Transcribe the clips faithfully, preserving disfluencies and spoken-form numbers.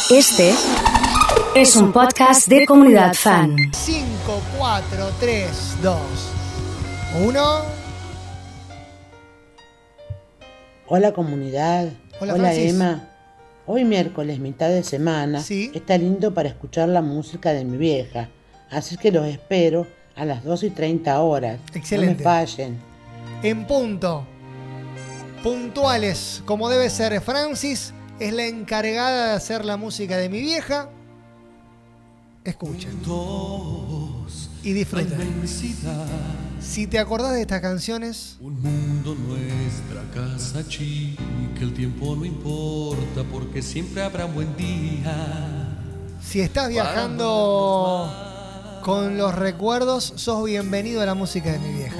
Este es un podcast de Comunidad Fan. cinco, cuatro, tres, dos, uno. Hola comunidad. Hola, Hola Francis. Emma. Hoy miércoles, mitad de semana, Sí. está lindo para escuchar la música de mi vieja. Así que los espero a las doce y treinta horas. Excelente. No me fallen. En punto. Puntuales, como debe ser. Francis es la encargada de hacer la música de mi vieja. Escuchen. Y disfruten. Si te acordás de estas canciones, Un mundo, nuestra casa chica, el tiempo no importa porque siempre habrá un buen día. si estás viajando con los recuerdos, sos bienvenido a la música de mi vieja.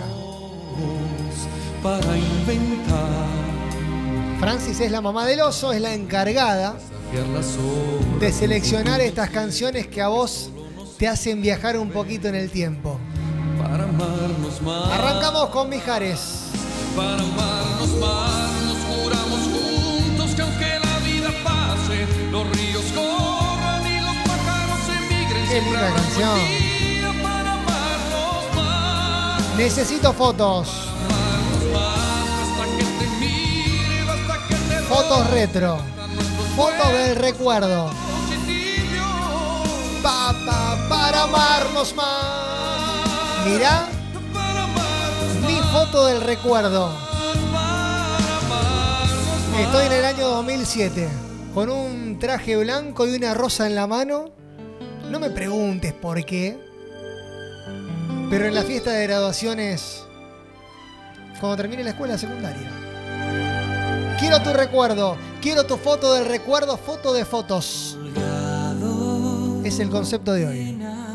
Para inventar, Francis es la mamá del oso, es la encargada desafiar las horas, de seleccionar estas canciones que a vos te hacen viajar un poquito en el tiempo. para amarnos más. Arrancamos con Mijares. Para amarnos más, nos juramos juntos que aunque la vida pase, los ríos corran y los pájaros emigren. Qué Siempre linda habrá un canción. buen día para amarnos más. Necesito fotos. Amarnos más, hasta que te mire, hasta que te Fotos retro. Fotos del recuerdo. Pa, pa, para amarnos más. Mirá mi foto del recuerdo. Estoy en el año dos mil siete con un traje blanco y una rosa en la mano. No me preguntes por qué, pero en la fiesta de graduaciones, cuando termine la escuela secundaria. Quiero tu recuerdo, quiero tu foto del recuerdo, foto de fotos. Es el concepto de hoy.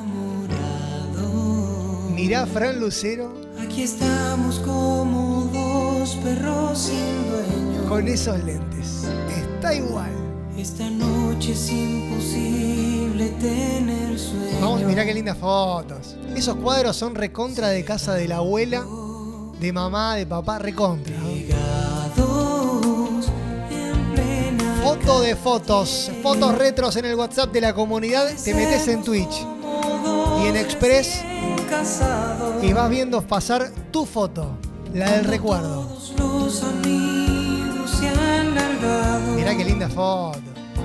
Mirá, Fran Lucero. Aquí estamos como dos perros sin dueño. Con esos lentes. Está igual. Esta noche es imposible tener sueño. Vamos, mirá qué lindas fotos. Esos cuadros son recontra de casa de la abuela, de mamá, de papá, recontra. Pegados en plena Foto de fotos, fotos retros en el WhatsApp de la comunidad. Te metes en Twitch y en Express casados. y vas viendo pasar tu foto, la del recuerdo. Todos los amigos se han largado. Mirá qué linda foto.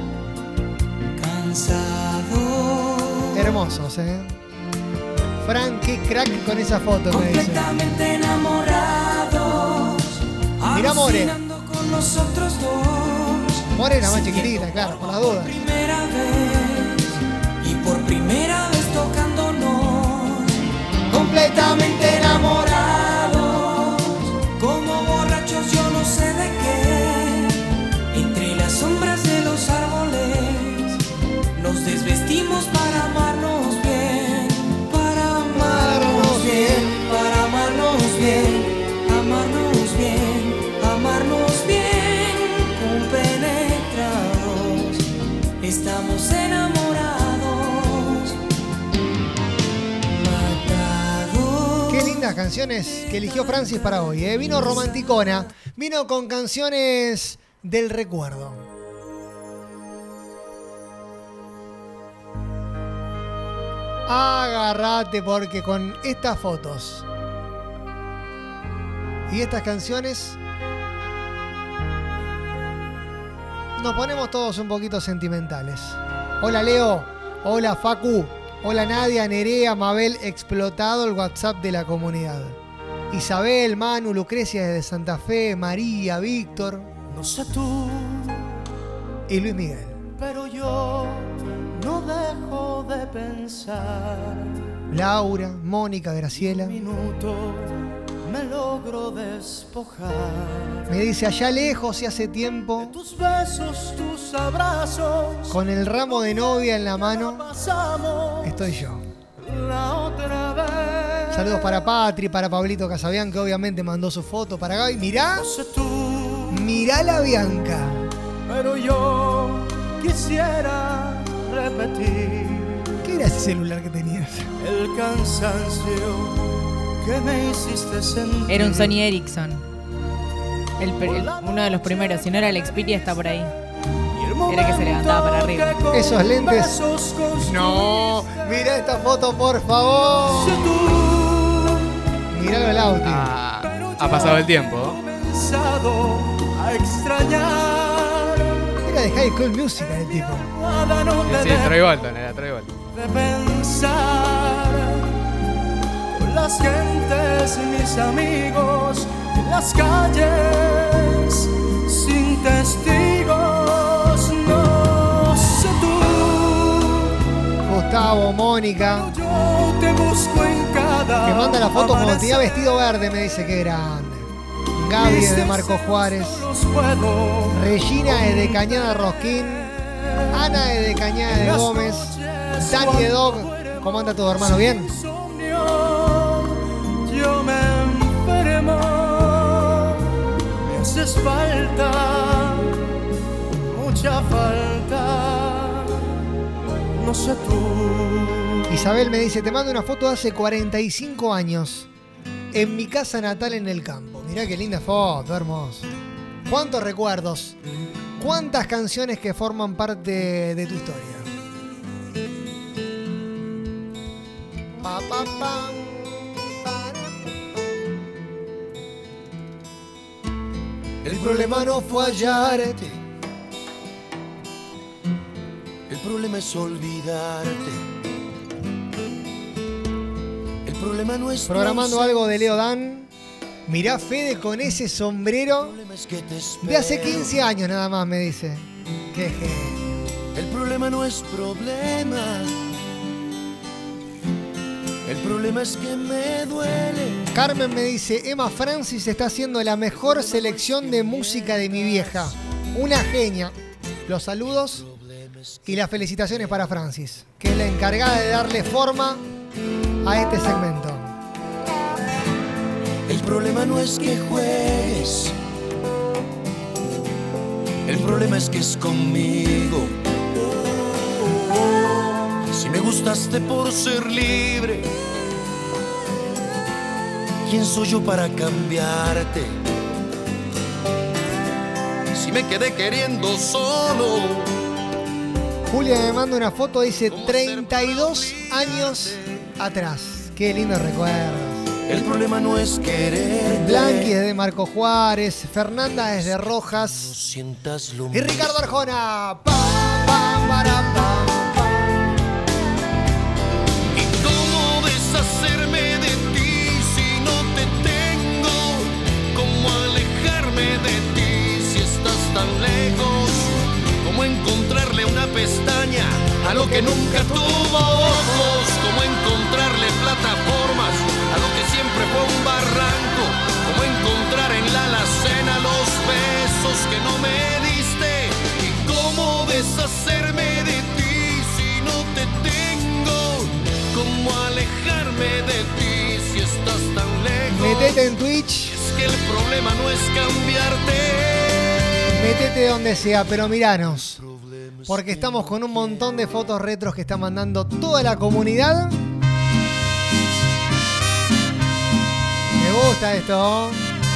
Cansados. Hermosos, ¿eh? Fran, qué crack con esa foto, me dice. Completamente enamorados. Mirá, More. Alucinando con nosotros dos. More era más chiquitita, claro, por las dudas. Primera vez y por primera vez tocándonos, completamente enamorados, como borrachos yo no sé de qué, entre las sombras de los árboles, nos desvestimos para amarnos bien, para amarnos bien, para amarnos bien, amarnos bien, amarnos bien, compenetrados, estamos enamorados. Qué lindas canciones que eligió Francis para hoy, ¿eh? Vino romanticona, vino con canciones del recuerdo. Agárrate porque con estas fotos y estas canciones nos ponemos todos un poquito sentimentales. Hola Leo, hola Facu, hola Nadia, Nerea, Mabel, explotado el WhatsApp de la comunidad. Isabel, Manu, Lucrecia desde Santa Fe, María, Víctor No sé tú, y Luis Miguel. pero yo no dejo de pensar. Laura, Mónica, Graciela. Un minuto me logro despojar. Me dice allá lejos y hace tiempo, Tus besos, tus abrazos. con el ramo de novia en la mano, Pasamos estoy yo. la otra vez. Saludos para Patri, para Pablito Casabian, que obviamente mandó su foto para Gaby. Mirá, No sé tú, mirá la Bianca. pero yo quisiera repetir ¿Qué era ese celular que tenías? el cansancio que me hiciste sentir. Era un Sony Ericsson. El, el- uno de los primeros. Si no era el Xperia, está por ahí. Y el era que se levantaba para arriba. Esos lentes. No, mira esta foto, por favor. Miralo al auto. Ah, ha pasado el tiempo. A extrañar. Era de High School Musical el tipo. Sí, Troy Bolton, era Troy Bolton. De pensar con las gentes y mis amigos en las calles sin testigos. No sé tú, Gustavo, Mónica, yo te busco en cada que manda la foto cuando tenía amanecer. vestido verde, me dice que grande. Gaby es de Marco Juárez. Los puedo Regina es de Cañada Rosquín. Ana es de Cañada de Gómez. Dani de Dog. ¿Cómo anda todo, hermano? ¿Bien? insomnio, yo me enfermo, me haces falta, mucha falta, no sé tú. Isabel me dice, te mando una foto de hace cuarenta y cinco años. En mi casa natal en el campo. Mirá qué linda foto, hermoso. ¿Cuántos recuerdos? ¿Cuántas canciones que forman parte de tu historia? Pa, pa, pam, para, pa, pam. El problema no fue hallarte. El problema es olvidarte. El problema no es Programando algo de Leo Dan. Mirá Fede con ese sombrero de hace quince años nada más, me dice. Qué genio. El problema no es problema. El problema es que me duele. Carmen me dice, Emma Francis está haciendo la mejor selección de música de mi vieja. Una genia. Los saludos y las felicitaciones para Francis, que es la encargada de darle forma a este segmento. El problema no es que juegues. El problema es que es conmigo. Si me gustaste por ser libre, ¿quién soy yo para cambiarte? Si me quedé queriendo solo. Julia me manda una foto, dice treinta y dos años atrás. Qué lindo recuerdo. El problema no es querer. Blanqui es de Marco Juárez, Fernanda es de Rojas. No sientas lo Y Ricardo Arjona. Pa, pa, para, pa, pa. ¿Y cómo deshacerme de ti si no te tengo? ¿Cómo alejarme de ti si estás tan lejos? ¿Cómo encontrarle una pestaña a lo que nunca tuvo ojos? ¿Cómo encontrarle plataformas a lo que siempre fue un barranco? ¿Cómo encontrar en la alacena los besos que no me diste? ¿Y cómo deshacerme de ti si no te tengo? ¿Cómo alejarme de ti si estás tan lejos? Metete en Twitch. Es que el problema no es cambiarte. Metete donde sea, pero miranos. Porque estamos con un montón de fotos retros que está mandando toda la comunidad. Me gusta esto.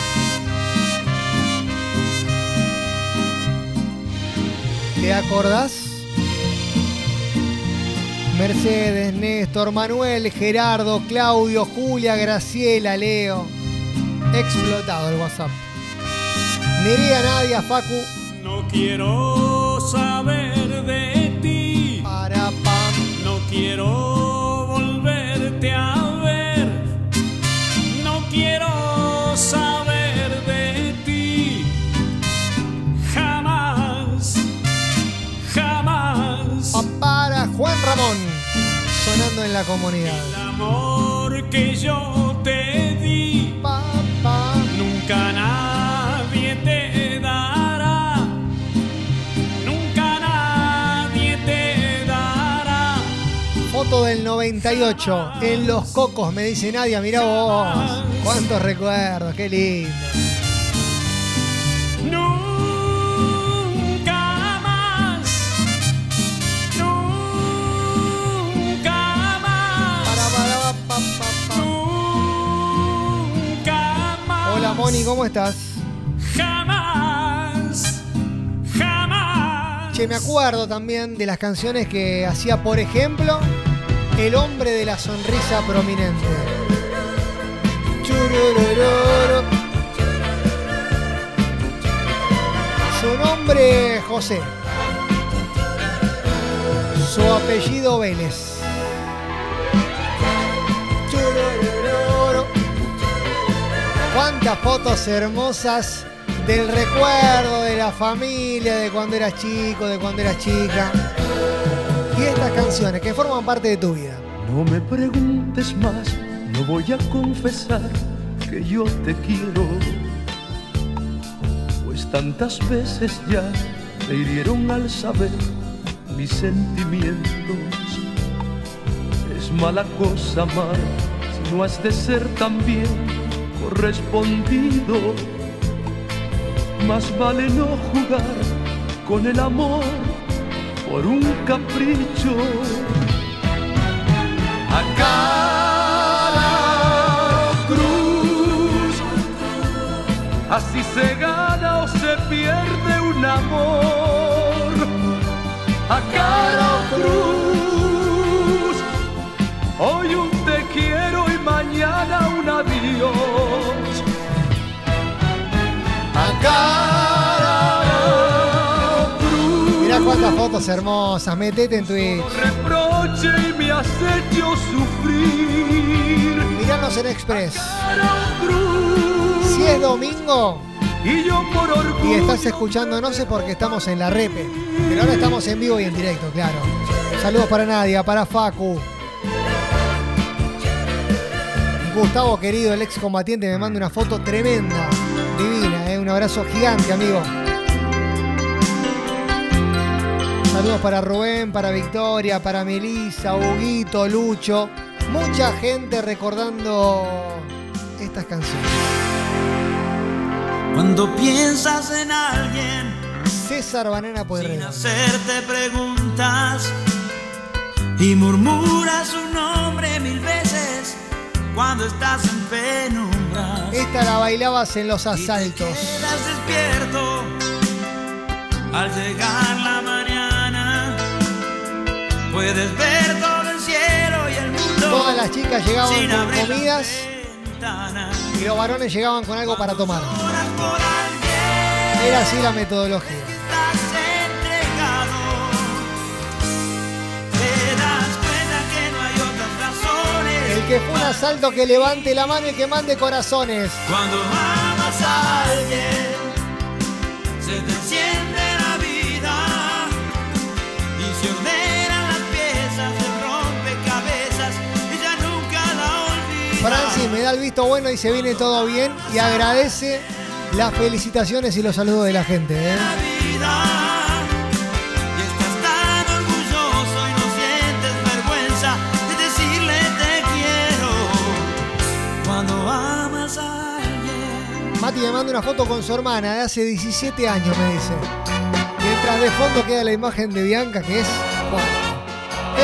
¿Te acordás? Mercedes, Néstor, Manuel, Gerardo, Claudio, Julia, Graciela, Leo. Explotado el WhatsApp. Nerea, Nadia, Facu. No quiero saber de ti. Para pam. No quiero volverte a ver. No quiero saber de ti. Jamás, jamás. Pa- Para Juan Ramón. Sonando en la comunidad. El amor que yo te di. Pa, pa. Nunca nadie te dará. Nunca nadie te dará. Foto del noventa y ocho. En Los Cocos, me dice Nadia. Mirá vos. Cuántos recuerdos. Qué lindo. Nunca más. Nunca más. Para, para, pa, pa, pa. Nunca más. Hola Moni, ¿cómo estás? Jamás. Jamás. Che, me acuerdo también de las canciones que hacía, por ejemplo, el hombre de la sonrisa prominente. Chururururu. Su nombre, José. Su apellido, Vélez. Chururururu. Cuántas fotos hermosas del recuerdo de la familia, de cuando eras chico, de cuando eras chica. Y estas canciones que forman parte de tu vida. No me preguntes más, no voy a confesar que yo te quiero, pues tantas veces ya te hirieron al saber mis sentimientos. Es mala cosa amar si no has de ser también correspondido. Más vale no jugar con el amor por un capricho. A cara cruz, así se gana o se pierde un amor. A cara cruz, hoy un te quiero y mañana un adiós. A cara cruz. Mirá cuántas fotos hermosas, metete en Twitch. Reproche y me has hecho sufrir. Miranos en Express. Si es domingo y yo por orgullo y estás escuchando, no sé por qué estamos en la repe, pero ahora estamos en vivo y en directo, claro. Saludos para Nadia, para Facu. Gustavo querido, el excombatiente, me manda una foto tremenda, divina, ¿eh? Un abrazo gigante, amigo. Saludos para Rubén, para Victoria, para Melissa, Huguito, Lucho. Mucha gente recordando estas canciones. Cuando piensas en alguien, César Banana Pueyrredón. sin hacerte preguntas, y murmuras su nombre mil veces cuando estás en penumbra. Esta la bailabas en los asaltos. Y te quedas despierto al llegar la mañana. Puedes ver todo el cielo y el mundo. Todas las chicas llegaban sin con abrir la comidas ventana. y los varones llegaban con algo para tomar. Oras por alguien, Era así la metodología. estás entregado. Te das cuenta que no hay otras razones. El que fue un asalto, que levante la mano y que mande corazones. Cuando amas a alguien, se te enciende la vida y se ordenan las piezas del rompecabezas y ya nunca la olvidas. Francis me da el visto bueno y se viene todo bien y agradece las felicitaciones y los saludos de la gente, ¿eh? La vida, y estás tan orgulloso y no sientes vergüenza de decirle te quiero. Cuando amas a alguien. Mati me manda una foto con su hermana de hace diecisiete años, me dice. Mientras de fondo queda la imagen de Bianca, que es fuerte.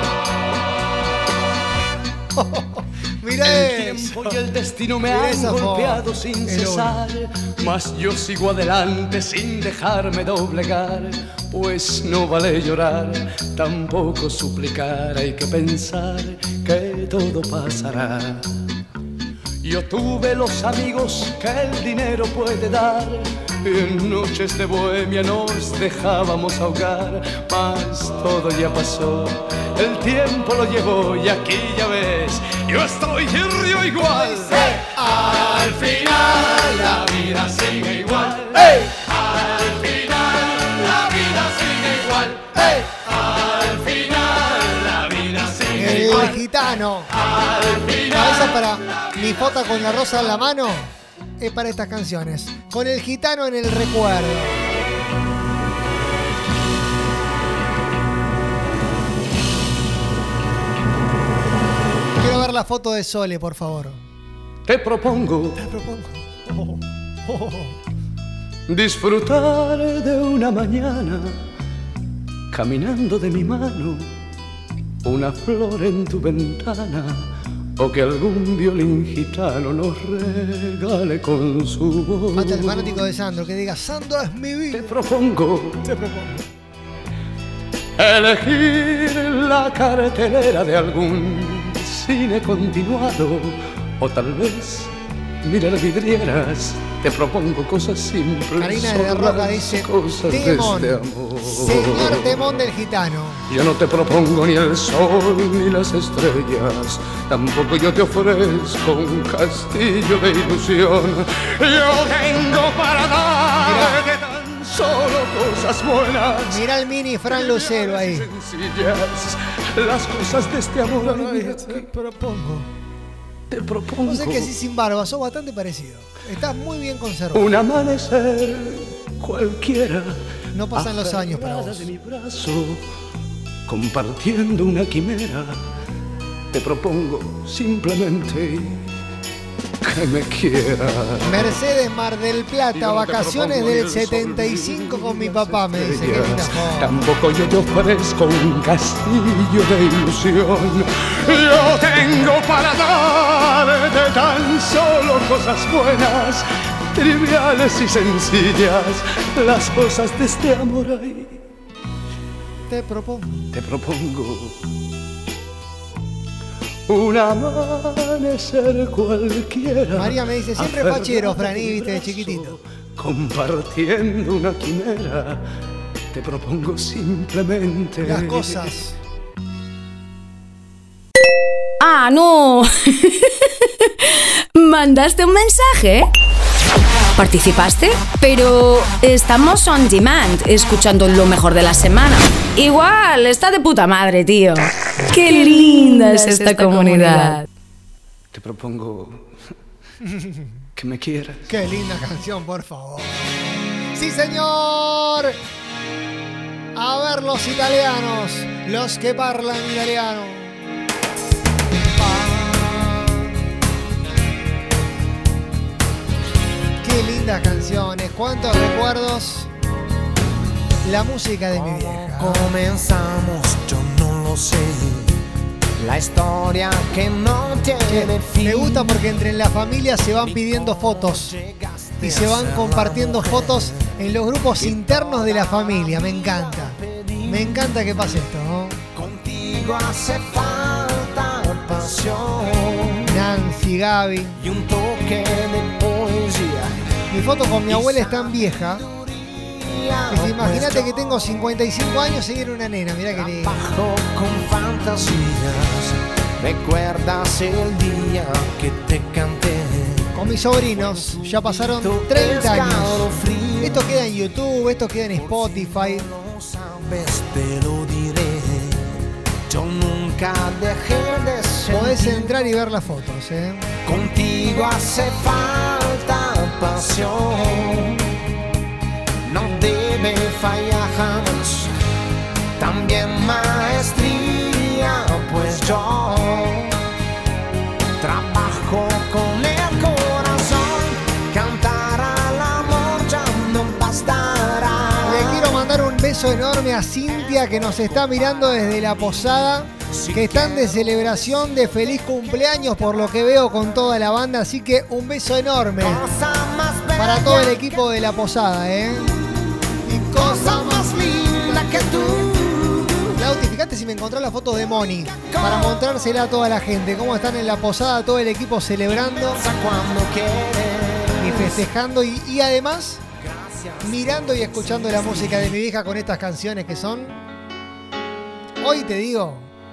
Es fuerte. Mira El eso. tiempo y el destino me Mira han esa foto. golpeado sin El cesar, mas yo sigo adelante sin dejarme doblegar, pues no vale llorar, tampoco suplicar, hay que pensar que todo pasará. Yo tuve los amigos que el dinero puede dar, y en noches de bohemia nos dejábamos ahogar, mas todo ya pasó, el tiempo lo llevó y aquí ya ves, yo estoy río igual. ¡Hey! Al final la vida sigue igual. ¡Hey! Al final la vida sigue igual. ¡Hey! Al final la vida sigue El igual. gitano. Al final. Cabeza para mi foto con la rosa en la mano. Es para estas canciones. Con el gitano en el recuerdo. Quiero ver la foto de Sole, por favor. Te propongo Te propongo. Oh, oh, oh. disfrutar de una mañana caminando de mi mano, una flor en tu ventana, o que algún violín gitano nos regale con su voz. Falta el fanático de Sandro que diga: Sandro es mi vida. Te propongo Te propongo. Elegir la cartelera de algún cine continuado, o tal vez mirar vidrieras. Te propongo cosas simples. Karina de Roca dice: Temón, de amor. Señor Temón del Gitano. Yo no te propongo ni el sol ni las estrellas, tampoco yo te ofrezco un castillo de ilusión. Yo tengo para darte tan solo cosas buenas. Mira el mini Fran Lucero ahí. Sencillas, las cosas de este amor. Te propongo. Te propongo. No sé que sí, sin barba, sos bastante parecido. Estás muy bien conservado. Un amanecer cualquiera. No pasan los años para vos. De mi brazo, compartiendo una quimera. Te propongo simplemente que me quieras. Mercedes Mar del Plata, no vacaciones del setenta y cinco con mi papá, me dice. Qué linda joda. Tampoco yo te ofrezco un castillo de ilusión. Yo tengo para darte tan solo cosas buenas, triviales y sencillas, las cosas de este amor ahí. Te propongo. Te propongo un amanecer cualquiera. María me dice, siempre fachero, Franí, viste, de chiquitito. Compartiendo una quimera, te propongo simplemente las cosas. Ah, no. ¿Mandaste un mensaje? ¿Participaste? Pero estamos on demand, escuchando lo mejor de la semana. Igual, está de puta madre, tío. Qué, Qué linda es esta, esta comunidad. comunidad. Te propongo que me quieras. Qué linda canción, por favor. ¡Sí, señor! A ver los italianos, los que parlan italiano. Qué lindas canciones, cuántos recuerdos. La música de mi vieja. Comenzamos, yo no lo sé. La historia que no tiene fin. Me gusta porque entre la familia se van pidiendo fotos y se van compartiendo fotos en los grupos internos de la familia. Me encanta. Me encanta que pase esto, ¿no? Contigo hace falta pasión. Nancy, Gaby. Y un toque de poesía. Mi foto con mi abuela es tan vieja. Imagínate que tengo cincuenta y cinco años y era una nena, mirá que lindo. Bajo con fantasías, recuerdas el día que te canté. Con mis sobrinos ya pasaron treinta años. Esto queda en YouTube, esto queda en Spotify. No sabes, te lo diré. Yo nunca dejé de ser. Podés entrar y ver las fotos, ¿eh? Contigo hace falta pasión. No debe fallar jamás. También maestría, pues yo trabajo con el corazón. Cantar al amor ya no bastará. Le quiero mandar un beso enorme a Cintia, que nos está mirando desde la posada, que están de celebración de feliz cumpleaños por lo que veo con toda la banda. Así que un beso enorme para todo el equipo de la posada, ¿eh? Cosa más linda que tú. Lauti, fíjate si me encontró la foto de Moni para mostrársela a toda la gente. Cómo están en la posada, todo el equipo celebrando y festejando y, y además mirando y escuchando la música de mi vieja con estas canciones que son, hoy te digo,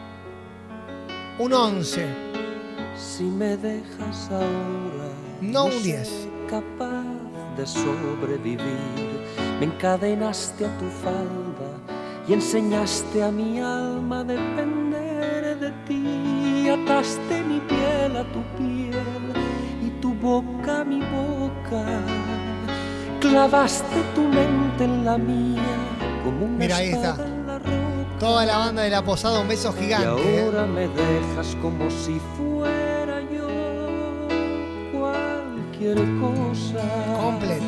un once. Si me dejas ahora, no un diez. Capaz de sobrevivir. Me encadenaste a tu falda y enseñaste a mi alma a depender de ti. Ataste mi piel a tu piel y tu boca a mi boca. Clavaste tu mente en la mía como una Mira, ahí está. En la roca. Toda la banda de la posada, un beso gigante. Y ahora ¿eh? me dejas como si fuera yo cualquier cosa. Completo.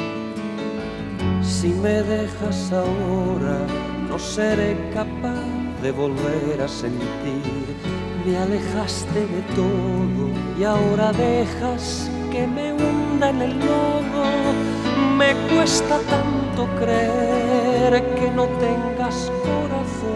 Si me dejas ahora, no seré capaz de volver a sentir. Me alejaste de todo y ahora dejas que me hunda en el lodo. Me cuesta tanto creer que no tengas corazón.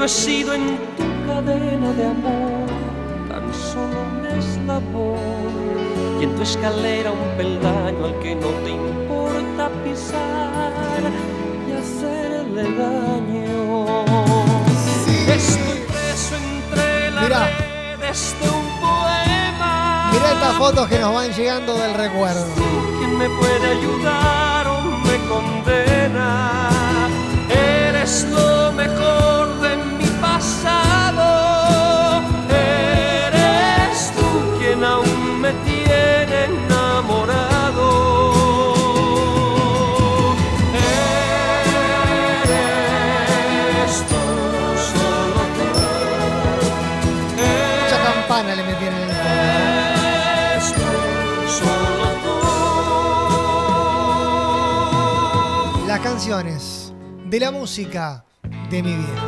yo he sido en tu cadena de amor tan solo un eslabón, y en tu escalera un peldaño al que no te importa pisar y hacerle daño. Sí. Estoy preso entre las Mirá. redes de un poema. Mirá estas fotos que nos van llegando del recuerdo. ¿Quién me puede ayudar o me condena? Eres lo mejor de mi pasado. Eres tú quien aún me tiene enamorado. Eres tú, solo tú. Mucha campana le metieron en el fondo. Eres tú, solo tú. Las canciones de la música de mi vieja.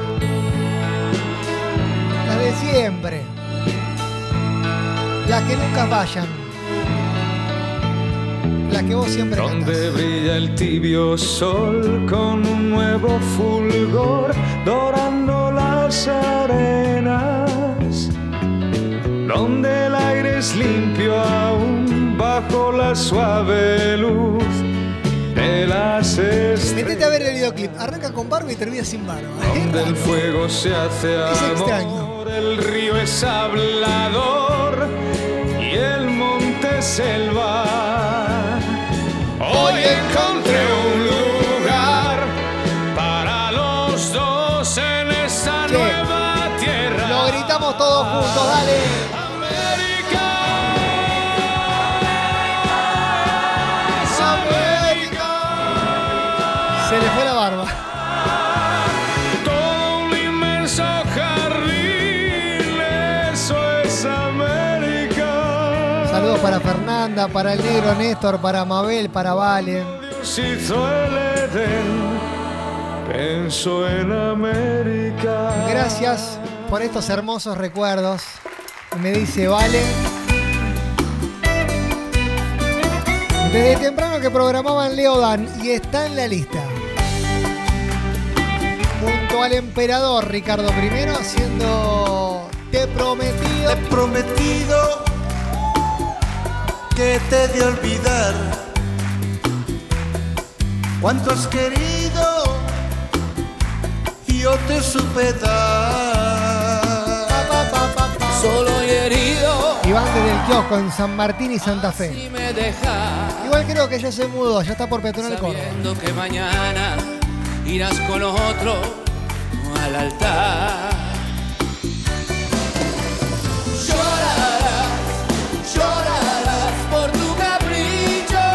Las de siempre. Las que nunca fallan. Las que vos siempre Donde cantás. brilla el tibio sol con un nuevo fulgor, dorando las arenas. Donde el aire es limpio aún bajo la suave luz de las estrellas. Metete a ver el videoclip. Arranca con barba y termina sin barba. Donde el fuego se hace Es amor, extraño. el río es hablador y el monte selva. Hoy encontré un lugar para los dos en esta Che, nueva tierra. lo gritamos todos juntos, dale. Se le fue la barba. Todo un inmenso jardín, eso es América. Saludos para Fernanda, para el negro Néstor, para Mabel, para Vale. Dios hizo el Edén, pensó en América. Gracias por estos hermosos recuerdos. Me dice Vale. Desde temprano que programaban Leo Dan y está en la lista. Junto al emperador Ricardo primero haciendo Te prometido. Te he prometido que te he de olvidar cuánto has querido y yo te supe dar. Pa, pa, pa, pa. Solo y herido. Iván desde el kiosco en San Martín y Santa Fe. Si me dejas, Igual creo que ya se mudó, ya está por Peatonal Córdoba. sabiendo que mañana irás con otro al altar. Llorarás, llorarás por tu capricho.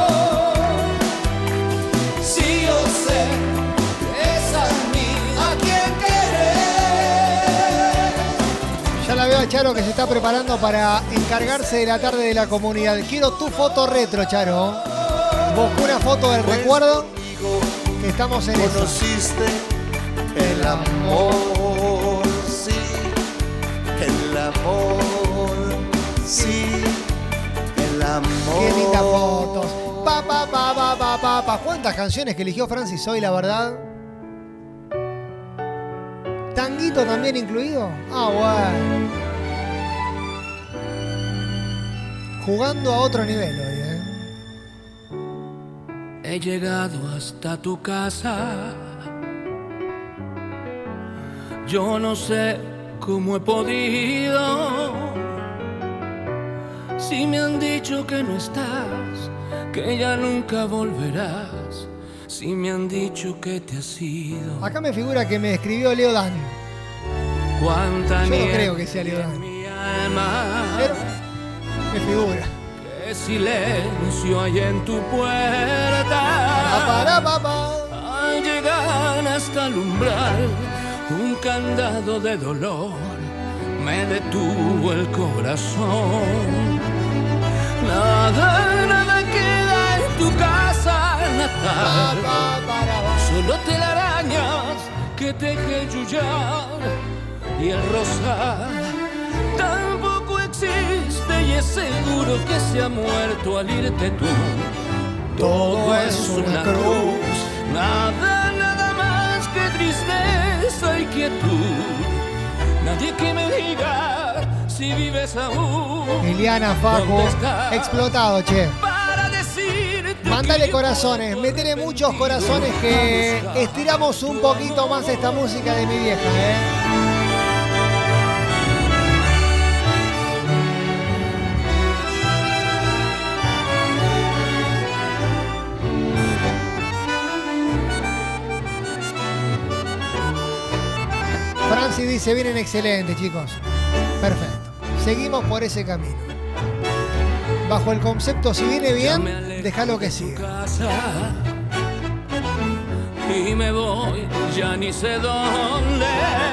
Si yo sé que es a mí a quien querer. Ya la veo a Charo que se está preparando para encargarse de la tarde de la comunidad. Quiero tu foto retro, Charo. Busco una foto del recuerdo que estamos en eso. Conociste el amor, sí, el amor, sí, el amor. Qué lindas fotos. Pa, pa, pa, pa, pa, pa, pa. ¿Cuántas canciones que eligió Francis hoy, la verdad? ¿Tanguito también incluido? Ah, bueno. Jugando a otro nivel hoy, ¿eh? He llegado hasta tu casa. Yo no sé cómo he podido. Si me han dicho que no estás, que ya nunca volverás. Si me han dicho que te has ido. Acá me figura que me escribió Leo Dan. Cuánta Yo no nieve creo que sea Leo Dan. mi alma. Pero me figura. Qué silencio hay en tu puerta. Para, papá. Al llegar hasta el umbral, un candado de dolor me detuvo el corazón. Nada, nada queda en tu casa natal. Solo telarañas que teje el yuyar y el rosal. Tampoco existe y es seguro que se ha muerto al irte tú. Todo es una cruz, nada, nada más que tristeza y quietud. nadie que me diga si vives aún. Liliana, Facu, explotado, che. Para decirte Mándale corazones, métele muchos corazones que estiramos un poquito más esta música de mi vieja, ¿eh? Francis dice, vienen excelentes, chicos. Perfecto. Seguimos por ese camino. Bajo el concepto, si viene bien, déjalo que siga. Y me voy, ya ni sé dónde.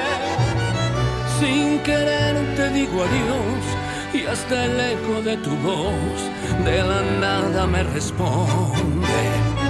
Sin querer te digo adiós y hasta el eco de tu voz de la nada me responde.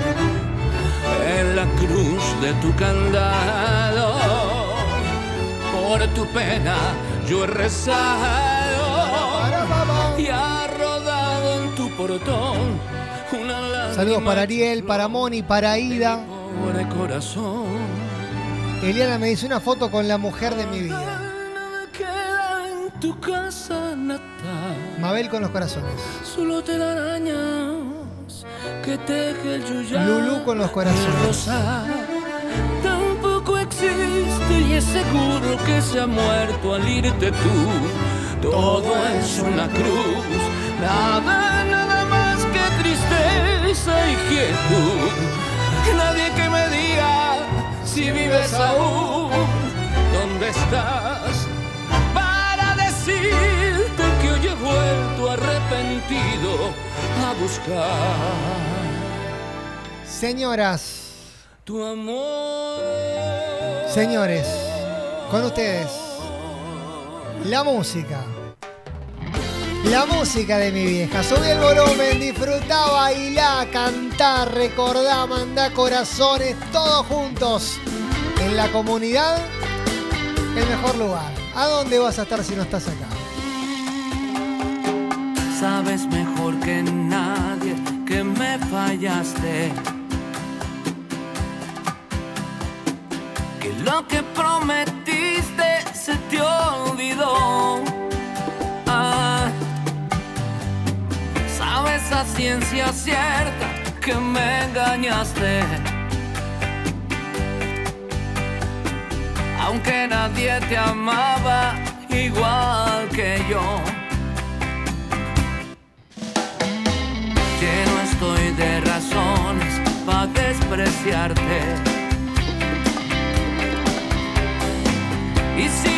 En la cruz de tu candado, por tu pena yo he rezado y ha rodado en tu portón una lágrima. Saludos para Ariel, para Moni, para Ida. Pobre corazón. Eliana me dice una foto con la mujer de mi vida. Nada queda en tu casa natal. Mabel con los corazones. Solo telarañas que teje el yuyá. Lulú con los corazones. Rosa tampoco existe y es seguro que se ha muerto al irte tú. Todo es una cruz, nada, nada más que tristeza y quietud. Nadie que me diga si vives aún, ¿dónde estás? Para decirte que hoy he vuelto arrepentido a buscar Señoras, tu amor. Señores, con ustedes, la música. La música de mi vieja. Subí el volumen, disfrutá, bailá, cantá, recordá, mandá corazones, todos juntos. En la comunidad, el mejor lugar. ¿A dónde vas a estar si no estás acá? Sabes mejor que nadie que me fallaste, que lo que prometiste se te olvidó. Ah, sabes a ciencia cierta que me engañaste, aunque nadie te amaba igual que yo. Lleno estoy de razones para despreciarte. Y si